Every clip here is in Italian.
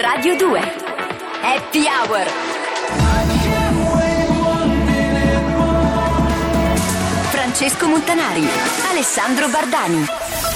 Radio 2 Happy Hour. Francesco Montanari, Alessandro Bardani.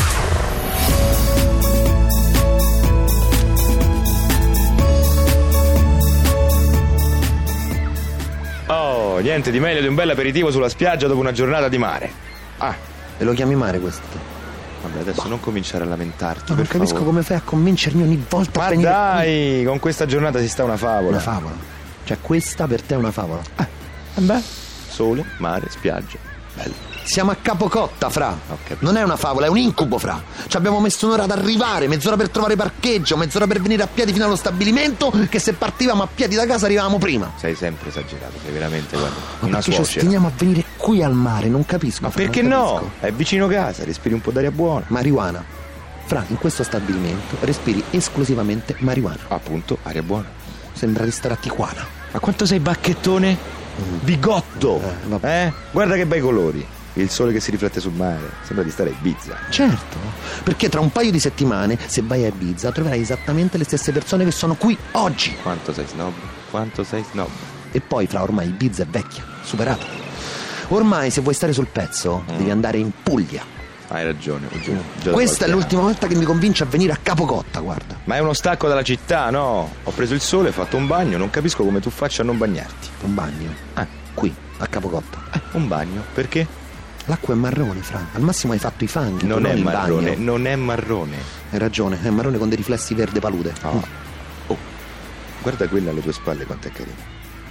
Oh, niente di meglio di un bel aperitivo sulla spiaggia dopo una giornata di mare. Ah, e lo chiami mare questo? Vabbè, adesso non cominciare a lamentarti. Ma non capisco favore. come fai a convincermi ogni volta Ma a venire dai, qui. con questa giornata si sta una favola. Una favola? Cioè questa per te è una favola? Beh, sole, mare, spiaggia. Bello. Siamo a Capocotta, fra. Ok. Non è una favola, è un incubo, fra. Ci abbiamo messo un'ora ad arrivare, mezz'ora per trovare parcheggio, mezz'ora per venire a piedi fino allo stabilimento, che se partivamo a piedi da casa arrivavamo prima. Sei sempre esagerato, sei veramente, guarda, Ma una perché ci suocera. ostiniamo a venire qui al mare? Non capisco. Ma fra, perché non no? capisco. È vicino casa, respiri un po' d'aria buona. Marijuana. Fra, in questo stabilimento respiri esclusivamente marijuana. Appunto, aria buona. Sembra di stare a Tijuana. Ma quanto sei bacchettone? Bigotto! vabbè. Guarda che bei colori. Il sole che si riflette sul mare. Sembra di stare a Ibiza. Certo, perché tra un paio di settimane, se vai a Ibiza, troverai esattamente le stesse persone che sono qui oggi. Quanto sei snob? Quanto sei snob? E poi, fra, ormai Ibiza è vecchia, superata. Ormai, se vuoi stare sul pezzo, devi andare in Puglia. Hai ragione, ho già da Questa è qualche l'ultima volta che mi convince a venire a Capocotta, guarda. Ma è uno stacco dalla città, no? Ho preso il sole, ho fatto un bagno, non capisco come tu faccia a non bagnarti. Un bagno. Qui, a Capocotta. Un bagno? Perché? L'acqua è marrone, fra. Al massimo hai fatto i fanghi. Non è il marrone, bagno. non è marrone. Hai ragione, è marrone con dei riflessi verde palude. Oh, guarda quella alle tue spalle quanto è carina.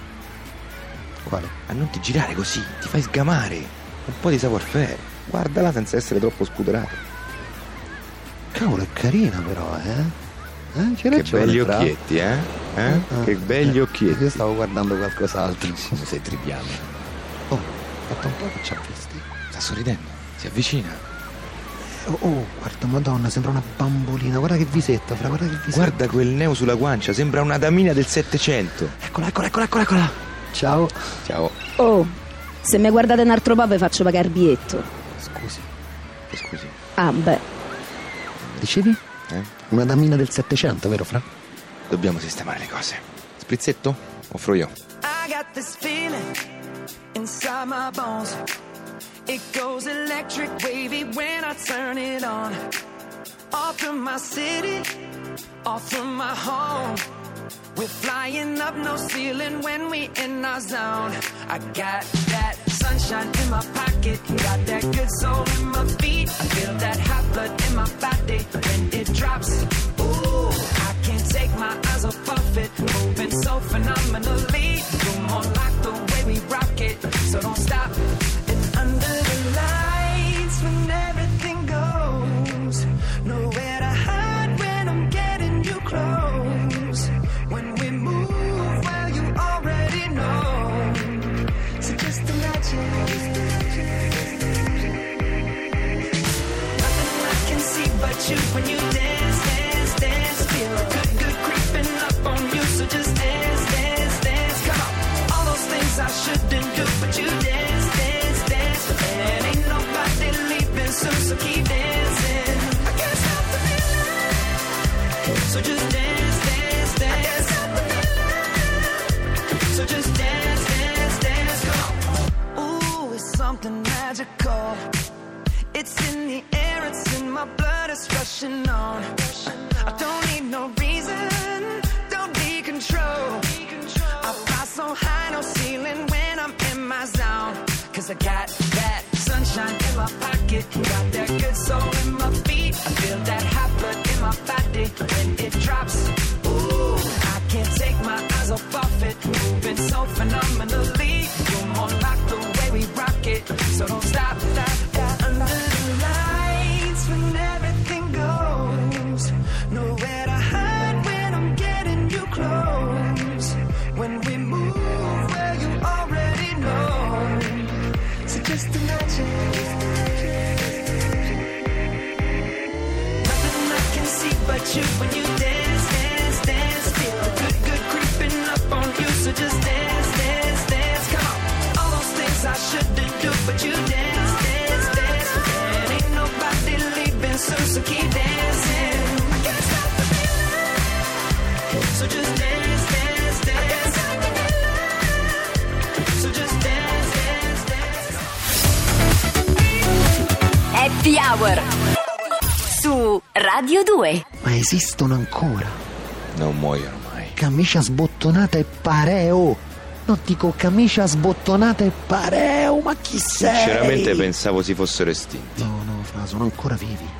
Quale? Ma non ti girare così, ti fai sgamare. Un po' di savoir-faire. Guardala senza essere troppo spuderato. Cavolo, è carina però, C'è Che ragione, belli fra. occhietti, eh? Che belli occhietti. Io stavo guardando qualcos'altro. Come sei triviale. Oh, fatto un po' che ci ha visti. Sta sorridendo, si avvicina. Oh, guarda, madonna, sembra una bambolina. Guarda che visetta, fra, guarda che visetta. Guarda quel neo sulla guancia, sembra una damina del 700. Eccola. Ciao. Ciao. Oh, se mi guardate un altro po' vi faccio pagare il biglietto. Scusi. Ah, beh. Dicevi? Eh? Una damina del 700, vero, fra? Dobbiamo sistemare le cose. Sprizzetto? Offro io. I got this feeling inside my bones. It goes electric wavy when I turn it on. Off from my city, off from my home. We're flying up no ceiling when we in our zone. I got that sunshine in my pocket, got that good soul in my feet. I feel that hot blood in my body when it drops. Ooh, I can't take my eyes off of it, moving so phenomenally. You're more like the way we rock it, so don't stop. And under the lights when everything goes, nowhere to hide when I'm getting you close. When we move, well, you already know. So just imagine. Nothing I can see but you when you dance. Feel good creeping up on you. So just dance. Come on. All those things I shouldn't do, but you dance. And ain't nobody leaving soon, so keep dancing. I can't stop the feeling. So just dance. So just dance, come on. Ooh, it's something magical. It's in the air, it's in my blood, it's rushing on. I don't need no reason, don't need control. I fly so high, no ceiling when I'm in my zone. Cause I got that sunshine in my pocket, got that good soul in my feet. I feel that hot blood in my body when it drops. Ooh, I can't take my eyes off it, moving so phenomenally. You're more like the way we rock it, so don't stop. Under the lights when everything goes, nowhere to hide when I'm getting you close. When we move, well, you already know. So just imagine. Nothing I can see but you when you dance. Feel good creeping up on you. So just dance. Come on. All those things I shouldn't do, but you dance. And ain't nobody leaving soon, so keep dancing. I can't stop the feeling. Radio 2. Ma esistono ancora? Non muoiono mai. Camicia sbottonata e pareo. No, dico camicia sbottonata e pareo. Ma chi sei? Sinceramente pensavo si fossero estinti. No, Fra, sono ancora vivi.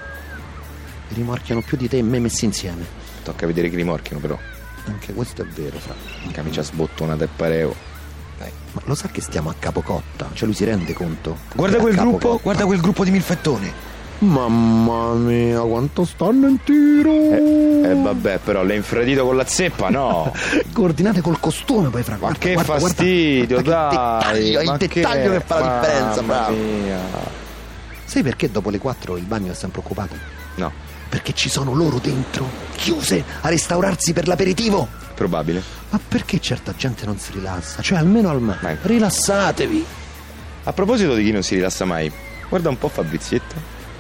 Rimorchiano più di te e me messi insieme. Tocca vedere chi rimorchiano però. Anche questo è vero, Fra. Camicia sbottonata e pareo. Dai. Ma lo sa che stiamo a Capocotta? Cioè lui si rende conto? Guarda Che quel a gruppo, Capocotta- guarda quel gruppo di milfettone. Mamma mia, quanto stanno in tiro! Vabbè, però l'hai infradito con la zeppa, no? Coordinate col costume poi, Fra. Ma Guarda, che guarda, fastidio, guarda, dai. È il dettaglio che fa la differenza, Mamma Fra. mia. Sai perché dopo le 4 il bagno è sempre occupato? No, Perché ci sono loro dentro, chiuse, a restaurarsi per l'aperitivo. probabile. Ma perché certa gente non si rilassa? Cioè, almeno al mare. Vai. Rilassatevi. A proposito di chi non si rilassa mai, guarda un po' Fabrizietto.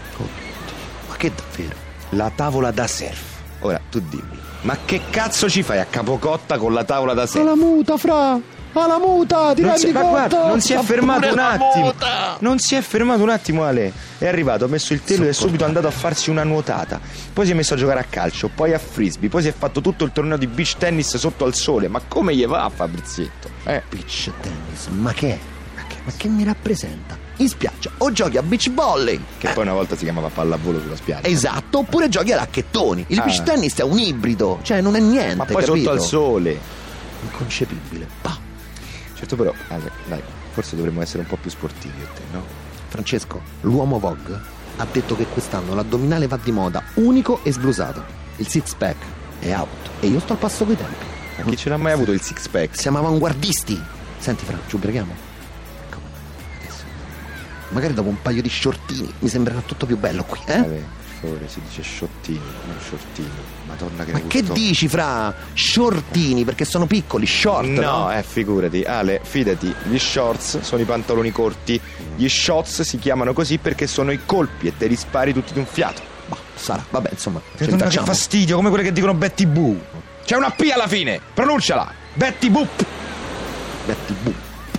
Ma che davvero? La tavola da surf. Ora, tu dimmi, ma che cazzo ci fai a Capocotta con la tavola da surf? Alla muta, Fra. Alla muta, ti Non rendi si, ma conto? guarda, non si è Fa fermato pure un la attimo. muta. Non si è fermato un attimo, Ale. È arrivato, ha messo il telo e è subito andato a farsi una nuotata. Poi si è messo a giocare a calcio, poi a frisbee, poi si è fatto tutto il torneo di beach tennis sotto al sole. Ma come gli va a Fabrizietto? Beach tennis, ma che è? Ma che mi rappresenta? In spiaggia o giochi a beach volley? Che poi una volta si chiamava pallavolo sulla spiaggia. Esatto, oppure giochi a racchettoni. Il Ah. beach tennis è un ibrido, cioè non è niente, Ma poi capito? sotto al sole. Inconcepibile. Bah. Certo però, Ale, dai, forse dovremmo essere un po' più sportivi io e te, no? Francesco, l'uomo Vogue ha detto che quest'anno l'addominale va di moda, unico e sblusato. Il six pack è out e io sto al passo coi tempi. Ma chi ce l'ha mai avuto il six pack? Siamo avanguardisti. Senti, Fra, ci ubriachiamo? Come no, adesso. Magari dopo un paio di shortini mi sembrerà tutto più bello qui, eh? Ale, per favore, si dice sciottini, non shortini. Madonna che Ma che gusto. dici, Fra? Shortini, perché sono piccoli, short, No, figurati, Ale, fidati, gli shorts sono i pantaloni corti, gli shots si chiamano così perché sono i colpi e te li spari tutti d'un fiato. Bah, sarà, vabbè, insomma, ce li Madonna, che facciamo. fastidio, come quelle che dicono Betty Boo. C'è una P alla fine, pronunciala, Betty Boop. Betty Boo.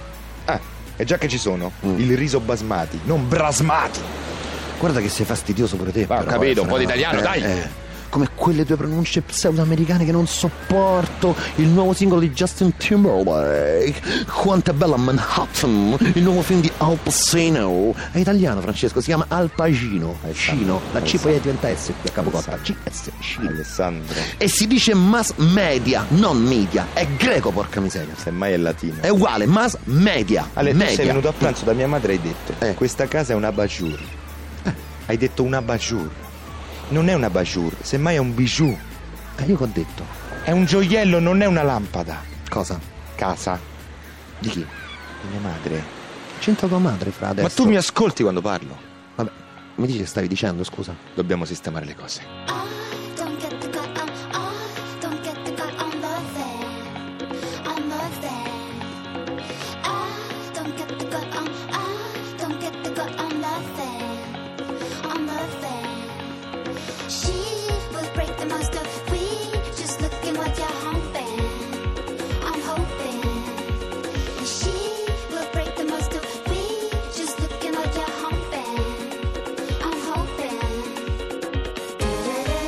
E già che ci sono, il riso basmati, non brasmati. Guarda che sei fastidioso pure te. Ma ho però, capito, un Fra. po' di italiano, dai. Come quelle tue pronunce pseudo-americane che non sopporto. Il nuovo singolo di Justin Timberlake, Quanto è bella Manhattan. Il nuovo film di Al Pacino. È italiano, Francesco, si chiama Al Pacino. Cino, la C poi diventa S qui a Capocotta. CS, Cino. Alessandro, E si dice mass media, non media. È greco, porca miseria. semmai è latino. È uguale, mass media. Ale, tu media. sei venuto a pranzo da mia madre e hai detto questa casa è una bajour. Hai detto una bajour. Non è una bajour, semmai è un bijou. Io che ho detto? È un gioiello, non è una lampada. Cosa? Casa Di chi? di mia madre. C'entra tua madre, Fra, adesso? Ma tu mi ascolti quando parlo? Vabbè, mi dici che stavi dicendo, scusa? Dobbiamo sistemare le cose. Don't get the cut don't get the cut on the van, on the van. Don't get the cut don't get the cut on the van, on the van. She will break the most of we, just looking what you're humping. I'm hoping. And she will break the most of we, just looking what you're humping. I'm hoping.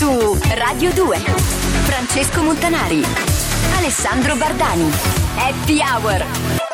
Su Radio 2. Francesco Montanari. Alessandro Bardani. Happy Hour.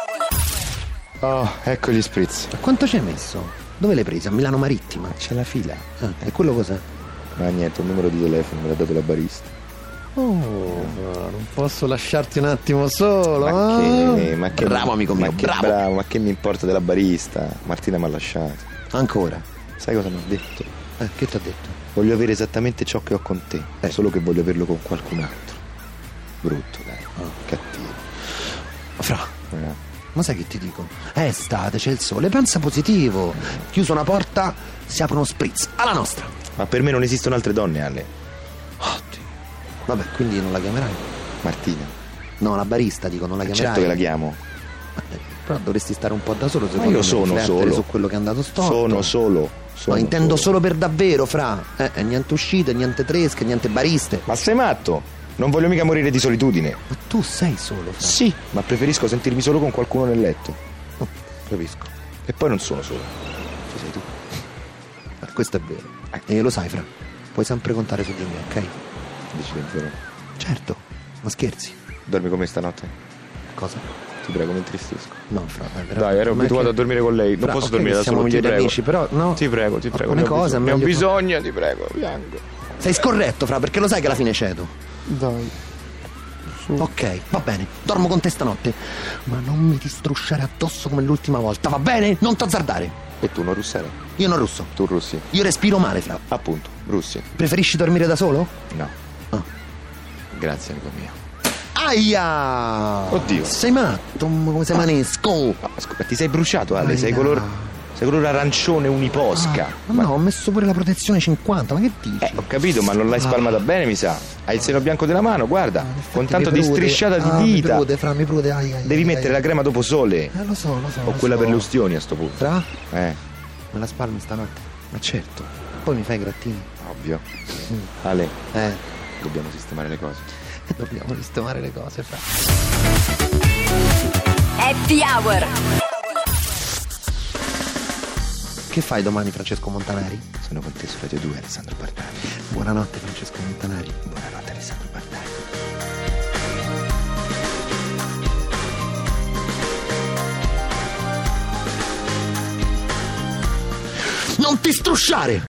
Oh, ecco gli spritz. Quanto ci hai messo? Dove l'hai presa? A Milano Marittima? C'è la fila. E quello cos'è? Ma niente, un numero di telefono, me l'ha dato la barista. Oh, non posso lasciarti un attimo solo. Ma che bravo amico mio, bravo. Ma che mi importa della barista? Martina mi ha lasciato. Ancora? Sai cosa mi ha detto? Che ti ha detto? Voglio avere esattamente ciò che ho con te, solo che voglio averlo con qualcun altro. Brutto, dai. Cattivo. Fra, ma sai che ti dico? È estate, c'è il sole, pensa positivo. Chiuso una porta, si apre uno spritz. Alla nostra. Ma per me non esistono altre donne, Ale. Oddio. Vabbè, quindi non la chiamerai? Martina. No, la barista, dico, non la chiamerai. Certo che la chiamo. Però dovresti stare un po' da solo, secondo Ma io me, sono riflettere solo. su quello che è andato storto. Sono solo. Ma intendo solo per davvero, fra. Niente uscite, niente tresche, niente bariste. Ma sei matto? Non voglio mica morire di solitudine. Ma tu sei solo, fra. Sì, ma preferisco sentirmi solo con qualcuno nel letto. Capisco. E poi non sono solo. Ci sei tu. Questo è vero. E lo sai, fra. Puoi sempre contare su di me, ok? Dici davvero? Certo. Ma scherzi? Dormi con me stanotte? Cosa? Ti prego, mi intristisco. No, fra, Dai, ero abituato a dormire con lei. Non posso dormire da solo, siamo ti migliori prego. amici, però no. Ti prego. Alcune cose Ne ho meglio- bisogno, ti prego, piango. Sei scorretto, fra, perché lo sai che alla fine cedo. Dai. Ok, va bene. Dormo con te stanotte. Ma non mi distrusciare addosso come l'ultima volta, va bene? Non t'azzardare. E tu non russare? Io non russo. Tu russi. Io respiro male, fra. Appunto, russi. Preferisci dormire da solo? No. Ah. Grazie, amico mio. Aia! Oddio. Sei matto? Come sei manesco? No, scusa, ti sei bruciato, Ale. Aia. Sei color arancione uniposca. Ma no, ho messo pure la protezione 50, ma che dici? Ho capito, ma non l'hai spalmata bene, mi sa. Hai il seno bianco della mano, guarda. Con tanto Mi di prude. strisciata di dita. Mi prude, aia. Devi mettere la crema dopo sole. Lo so. O quella per le ustioni a sto punto. Fra? Me Me la spalmi stanotte. Ma certo, Poi mi fai i grattini. ovvio. Ale, Eh, dobbiamo sistemare le cose. dobbiamo sistemare le cose, fra. Happy Hour. Che fai domani, Francesco Montanari? Sono con te su Radio 2, Alessandro Bardani. Buonanotte, Francesco Montanari. Buonanotte, Alessandro Bardani. Non ti strusciare!